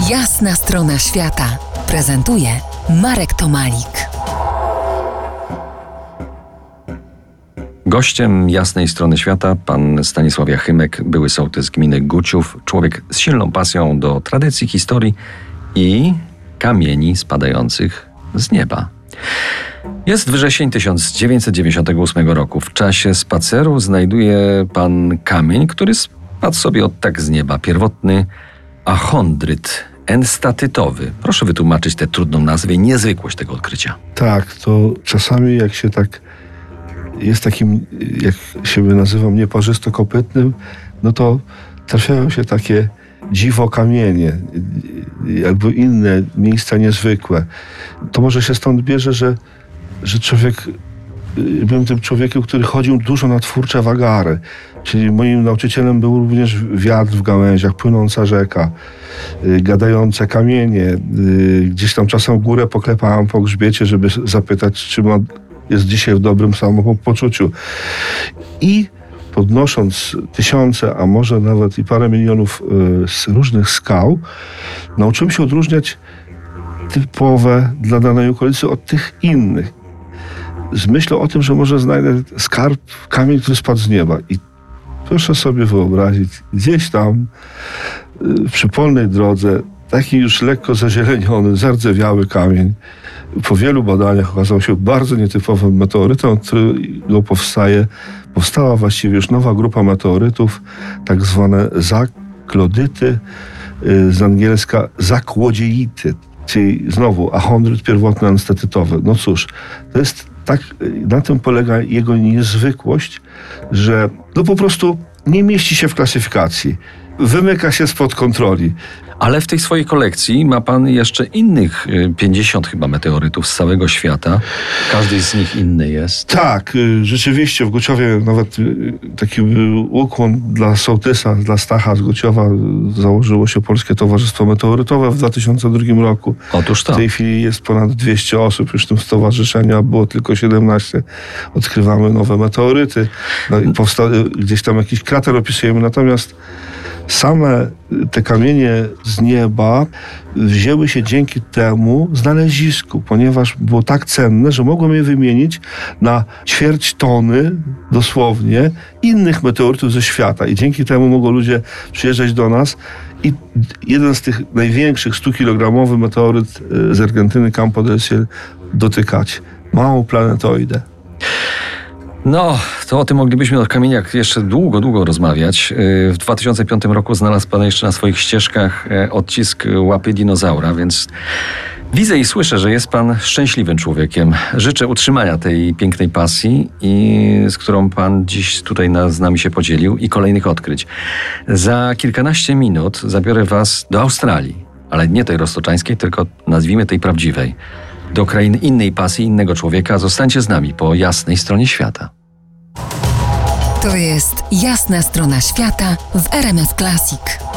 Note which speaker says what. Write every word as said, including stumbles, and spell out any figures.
Speaker 1: Jasna strona świata prezentuje Marek Tomalik.
Speaker 2: Gościem Jasnej Strony Świata pan Stanisław Jachymek, były sołtys gminy Guciów, człowiek z silną pasją do tradycji, historii i kamieni spadających z nieba. Jest wrzesień tysiąc dziewięćset dziewięćdziesiątego ósmego roku. W czasie spaceru znajduje pan kamień, który spadł sobie od tak z nieba. Pierwotny achondryt enstatytowy. Proszę wytłumaczyć tę trudną nazwę i niezwykłość tego odkrycia.
Speaker 3: Tak, to czasami jak się tak jest takim, jak się nazywam, nieparzystokopytnym, no to trafiają się takie dziwokamienie albo inne miejsca niezwykłe. To może się stąd bierze, że, że człowiek, byłem tym człowiekiem, który chodził dużo na twórcze wagary. Czyli moim nauczycielem był również wiatr w gałęziach, płynąca rzeka, gadające kamienie. Gdzieś tam czasem górę poklepałem po grzbiecie, żeby zapytać, czy ma, jest dzisiaj w dobrym samopoczuciu. I podnosząc tysiące, a może nawet i parę milionów z różnych skał, nauczyłem się odróżniać typowe dla danej okolicy od tych innych. Z myślą o tym, że może znajdę skarb, kamień, który spadł z nieba. I proszę sobie wyobrazić, gdzieś tam przy polnej drodze taki już lekko zazieleniony, zardzewiały kamień po wielu badaniach okazał się bardzo nietypowym meteorytem, od którego powstaje, powstała właściwie już nowa grupa meteorytów, tak zwane zaklodyty, z angielska zakłodzieity, czyli znowu achondryt pierwotny enstatytowy. No cóż, to jest tak, na tym polega jego niezwykłość, że no po prostu nie mieści się w klasyfikacji. Wymyka się spod kontroli.
Speaker 2: Ale w tej swojej kolekcji ma pan jeszcze innych pięćdziesiąt chyba meteorytów z całego świata. Każdy z nich inny jest.
Speaker 3: Tak, rzeczywiście w Guciowie nawet taki ukłon dla sołtysa, dla Stacha z Guciowa założyło się Polskie Towarzystwo Meteorytowe w dwa tysiące drugim roku.
Speaker 2: Otóż to.
Speaker 3: W tej chwili jest ponad dwieście osób już w tym stowarzyszeniu, a było tylko siedemnaście. Odkrywamy nowe meteoryty. No i powsta- gdzieś tam jakiś krater opisujemy. Natomiast same te kamienie z nieba wzięły się dzięki temu znalezisku, ponieważ było tak cenne, że mogłem je wymienić na ćwierć tony, dosłownie, innych meteorytów ze świata. I dzięki temu mogą ludzie przyjeżdżać do nas i jeden z tych największych stukilogramowy meteoryt z Argentyny, Campo del Cielo, dotykać. Małą planetoidę.
Speaker 2: No, to o tym moglibyśmy o kamieniach jeszcze długo, długo rozmawiać. W dwa tysiące piątym roku znalazł pan jeszcze na swoich ścieżkach odcisk łapy dinozaura, więc widzę i słyszę, że jest pan szczęśliwym człowiekiem. Życzę utrzymania tej pięknej pasji, i z którą pan dziś tutaj na, z nami się podzielił, i kolejnych odkryć. Za kilkanaście minut zabiorę was do Australii, ale nie tej roztoczańskiej, tylko nazwijmy tej prawdziwej. Do krainy innej pasji, innego człowieka. Zostańcie z nami po Jasnej Stronie Świata.
Speaker 1: To jest Jasna Strona Świata w R M F Classic.